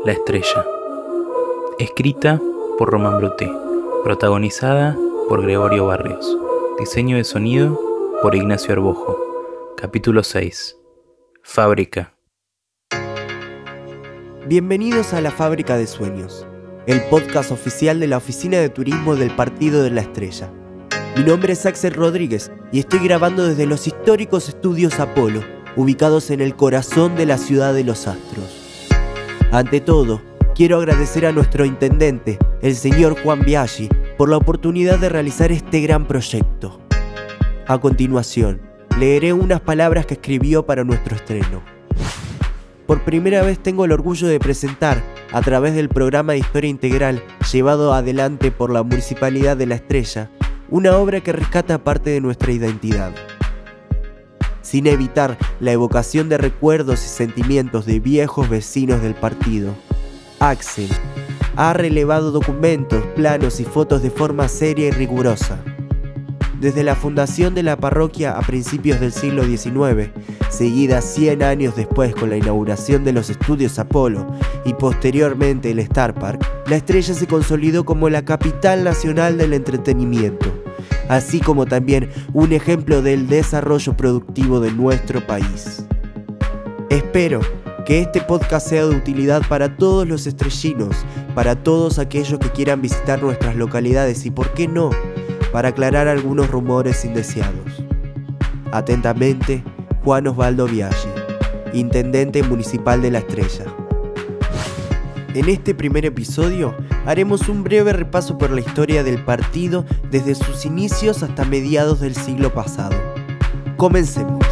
La Estrella. Escrita por Román Bruté. Protagonizada por Gregorio Barrios. Diseño de sonido por Ignacio Arbojo. Capítulo 6. Fábrica. Bienvenidos a La Fábrica de Sueños, el podcast oficial de la Oficina de Turismo del Partido de la Estrella. Mi nombre es Axel Rodríguez y estoy grabando desde los históricos estudios Apolo, ubicados en el corazón de la ciudad de los astros. Ante todo, quiero agradecer a nuestro intendente, el señor Juan Biaggi, por la oportunidad de realizar este gran proyecto. A continuación, leeré unas palabras que escribió para nuestro estreno. Por primera vez tengo el orgullo de presentar, a través del programa de Historia Integral llevado adelante por la Municipalidad de La Estrella, una obra que rescata parte de nuestra identidad. Sin evitar la evocación de recuerdos y sentimientos de viejos vecinos del partido, Axel ha relevado documentos, planos y fotos de forma seria y rigurosa. Desde la fundación de la parroquia a principios del siglo XIX, seguida 100 años después con la inauguración de los estudios Apolo y posteriormente el Star Park, La Estrella se consolidó como la capital nacional del entretenimiento, así como también un ejemplo del desarrollo productivo de nuestro país. Espero que este podcast sea de utilidad para todos los estrellinos, para todos aquellos que quieran visitar nuestras localidades y, ¿por qué no?, para aclarar algunos rumores indeseados. Atentamente, Juan Osvaldo Biaggi, Intendente Municipal de La Estrella. En este primer episodio haremos un breve repaso por la historia del partido desde sus inicios hasta mediados del siglo pasado. Comencemos.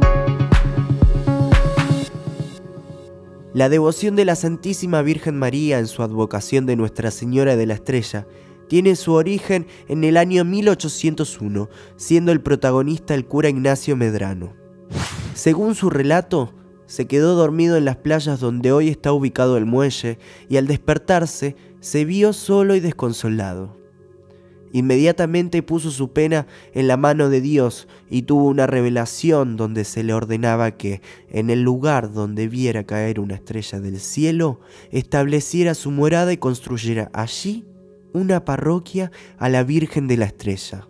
La devoción de la Santísima Virgen María en su advocación de Nuestra Señora de la Estrella tiene su origen en el año 1801, siendo el protagonista el cura Ignacio Medrano. Según su relato, se quedó dormido en las playas donde hoy está ubicado el muelle y al despertarse se vio solo y desconsolado. Inmediatamente puso su pena en la mano de Dios y tuvo una revelación donde se le ordenaba que, en el lugar donde viera caer una estrella del cielo, estableciera su morada y construyera allí una parroquia a la Virgen de la Estrella.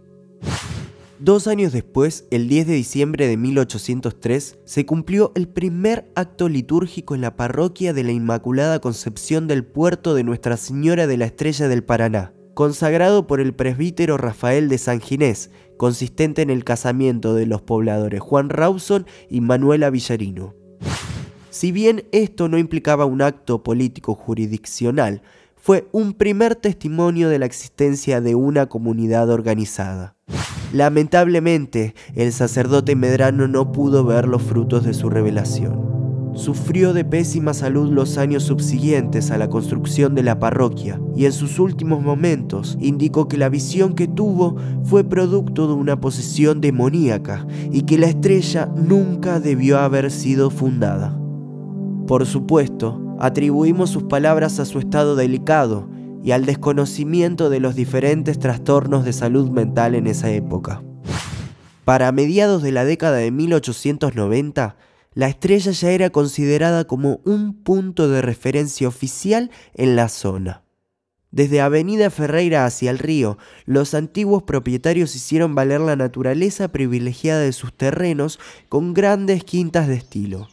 2 años después, el 10 de diciembre de 1803, se cumplió el primer acto litúrgico en la parroquia de la Inmaculada Concepción del Puerto de Nuestra Señora de la Estrella del Paraná, consagrado por el presbítero Rafael de San Ginés, consistente en el casamiento de los pobladores Juan Rawson y Manuela Villarino. Si bien esto no implicaba un acto político jurisdiccional, fue un primer testimonio de la existencia de una comunidad organizada. Lamentablemente, el sacerdote Medrano no pudo ver los frutos de su revelación. Sufrió de pésima salud los años subsiguientes a la construcción de la parroquia y en sus últimos momentos indicó que la visión que tuvo fue producto de una posesión demoníaca y que la estrella nunca debió haber sido fundada. Por supuesto, atribuimos sus palabras a su estado delicado y al desconocimiento de los diferentes trastornos de salud mental en esa época. Para mediados de la década de 1890, la estrella ya era considerada como un punto de referencia oficial en la zona. Desde Avenida Ferreira hacia el río, los antiguos propietarios hicieron valer la naturaleza privilegiada de sus terrenos con grandes quintas de estilo.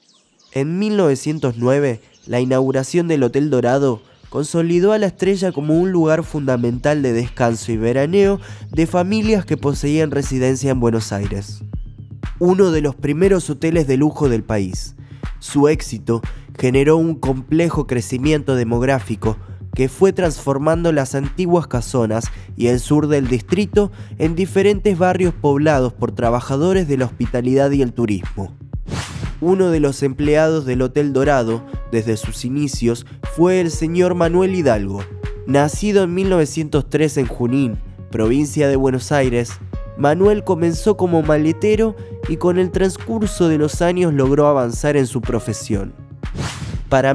En 1909, la inauguración del Hotel Dorado consolidó a La Estrella como un lugar fundamental de descanso y veraneo de familias que poseían residencia en Buenos Aires. Uno de los primeros hoteles de lujo del país. Su éxito generó un complejo crecimiento demográfico que fue transformando las antiguas casonas y el sur del distrito en diferentes barrios poblados por trabajadores de la hospitalidad y el turismo. Uno de los empleados del Hotel Dorado, desde sus inicios, fue el señor Manuel Hidalgo. Nacido en 1903 en Junín, provincia de Buenos Aires, Manuel comenzó como maletero y con el transcurso de los años logró avanzar en su profesión. Para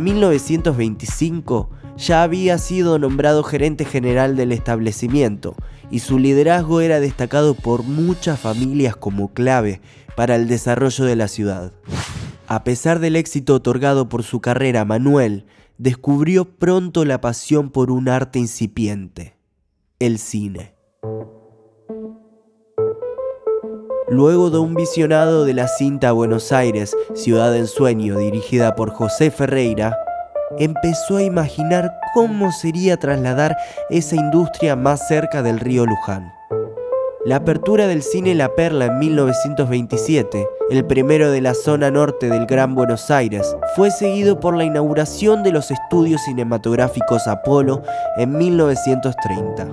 1925 ya había sido nombrado gerente general del establecimiento y su liderazgo era destacado por muchas familias como clave para el desarrollo de la ciudad. A pesar del éxito otorgado por su carrera, Manuel descubrió pronto la pasión por un arte incipiente: el cine. Luego de un visionado de la cinta Buenos Aires, Ciudad de Ensueño, dirigida por José Ferreira, empezó a imaginar cómo sería trasladar esa industria más cerca del río Luján. La apertura del cine La Perla en 1927, el primero de la zona norte del Gran Buenos Aires, fue seguido por la inauguración de los estudios cinematográficos Apolo en 1930.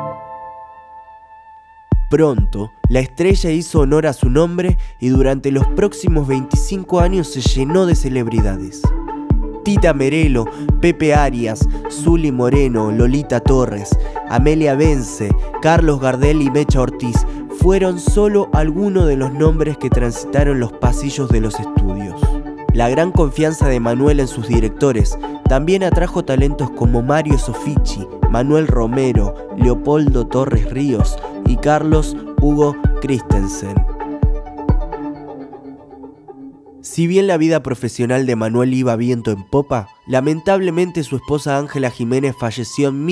Pronto, la estrella hizo honor a su nombre y durante los próximos 25 años se llenó de celebridades. Tita Merelo, Pepe Arias, Zuli Moreno, Lolita Torres, Amelia Bence, Carlos Gardel y Mecha Ortiz fueron solo algunos de los nombres que transitaron los pasillos de los estudios. La gran confianza de Manuel en sus directores también atrajo talentos como Mario Soffici, Manuel Romero, Leopoldo Torres Ríos y Carlos Hugo Christensen. Si bien la vida profesional de Manuel iba viento en popa, lamentablemente su esposa Ángela Jiménez falleció en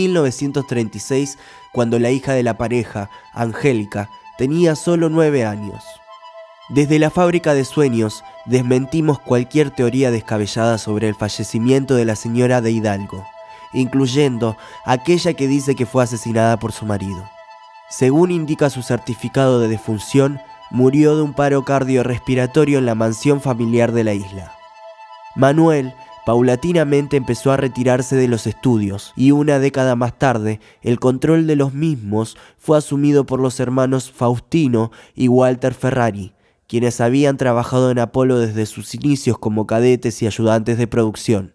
1936 cuando la hija de la pareja, Angélica, tenía solo 9 años. Desde la Fábrica de Sueños desmentimos cualquier teoría descabellada sobre el fallecimiento de la señora de Hidalgo, incluyendo aquella que dice que fue asesinada por su marido. Según indica su certificado de defunción, murió de un paro cardiorrespiratorio en la mansión familiar de la isla. Manuel paulatinamente empezó a retirarse de los estudios y una década más tarde el control de los mismos fue asumido por los hermanos Faustino y Walter Ferrari, quienes habían trabajado en Apolo desde sus inicios como cadetes y ayudantes de producción.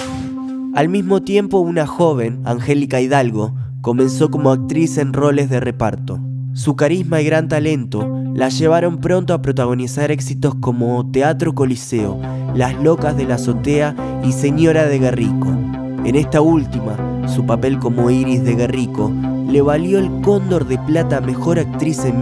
Al mismo tiempo, una joven, Angélica Hidalgo, comenzó como actriz en roles de reparto. Su carisma y gran talento la llevaron pronto a protagonizar éxitos como Teatro Coliseo, Las locas de la azotea y Señora de Guerrico. En esta última, su papel como Iris de Guerrico le valió el Cóndor de Plata a Mejor Actriz en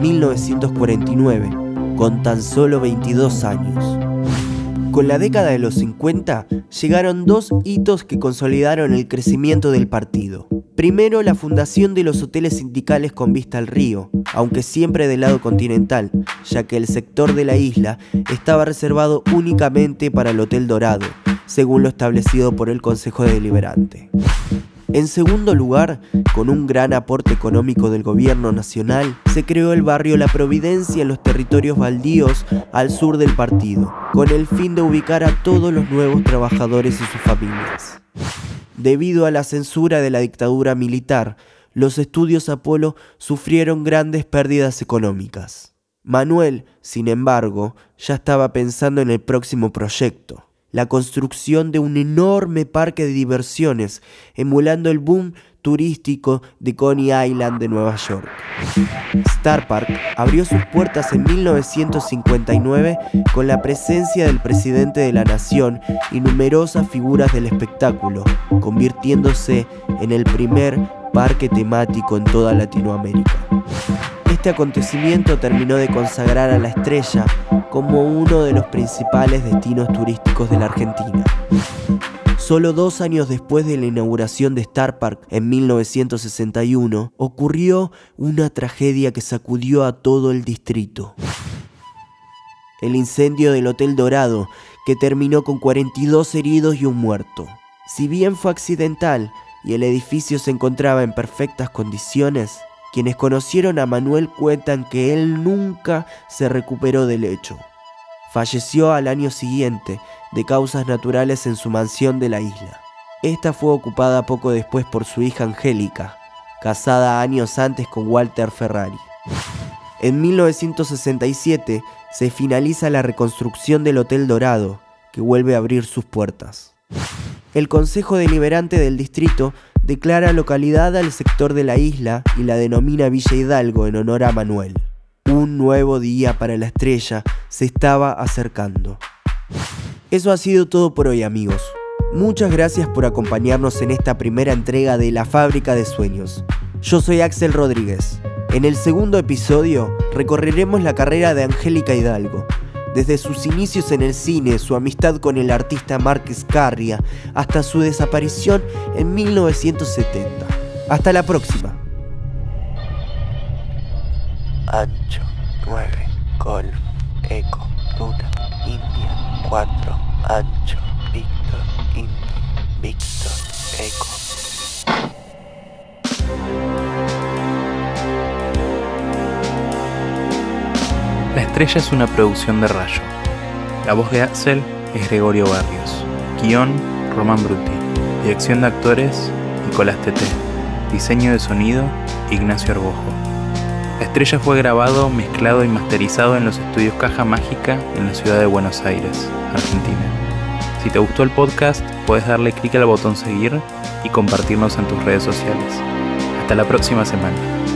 1949, con tan solo 22 años. Con la década de los 50 llegaron dos hitos que consolidaron el crecimiento del partido. Primero, la fundación de los hoteles sindicales con vista al río, aunque siempre del lado continental, ya que el sector de la isla estaba reservado únicamente para el Hotel Dorado, según lo establecido por el Consejo Deliberante. En segundo lugar, con un gran aporte económico del gobierno nacional, se creó el barrio La Providencia en los territorios baldíos al sur del partido, con el fin de ubicar a todos los nuevos trabajadores y sus familias. Debido a la censura de la dictadura militar, los estudios Apolo sufrieron grandes pérdidas económicas. Manuel, sin embargo, ya estaba pensando en el próximo proyecto: la construcción de un enorme parque de diversiones, emulando el boom turístico de Coney Island de Nueva York. Star Park abrió sus puertas en 1959 con la presencia del presidente de la nación y numerosas figuras del espectáculo, convirtiéndose en el primer parque temático en toda Latinoamérica. Este acontecimiento terminó de consagrar a la estrella como uno de los principales destinos turísticos de la Argentina. Solo 2 años después de la inauguración de Star Park en 1961, ocurrió una tragedia que sacudió a todo el distrito. El incendio del Hotel Dorado, que terminó con 42 heridos y un muerto. Si bien fue accidental y el edificio se encontraba en perfectas condiciones, quienes conocieron a Manuel cuentan que él nunca se recuperó del hecho. Falleció al año siguiente de causas naturales en su mansión de la isla. Esta fue ocupada poco después por su hija Angélica, casada años antes con Walter Ferrari. En 1967 se finaliza la reconstrucción del Hotel Dorado, que vuelve a abrir sus puertas. El Consejo Deliberante del distrito declara localidad al sector de la isla y la denomina Villa Hidalgo en honor a Manuel. Un nuevo día para la estrella se estaba acercando. Eso ha sido todo por hoy, amigos. Muchas gracias por acompañarnos en esta primera entrega de La Fábrica de Sueños. Yo soy Axel Rodríguez. En el segundo episodio recorreremos la carrera de Angélica Hidalgo, desde sus inicios en el cine, su amistad con el artista Mark Scarria, hasta su desaparición en 1970. Hasta la próxima. Ancho, 9, Golf, Eco, Luna, India, 4, Ancho, Víctor, India, Víctor, Eco. La Estrella es una producción de Rayo. La voz de Axel es Gregorio Barrios. Guión, Román Bruti. Dirección de actores, Nicolás Teté. Diseño de sonido, Ignacio Arbojo. La Estrella fue grabado, mezclado y masterizado en los estudios Caja Mágica en la ciudad de Buenos Aires, Argentina. Si te gustó el podcast, puedes darle clic al botón seguir y compartirnos en tus redes sociales. Hasta la próxima semana.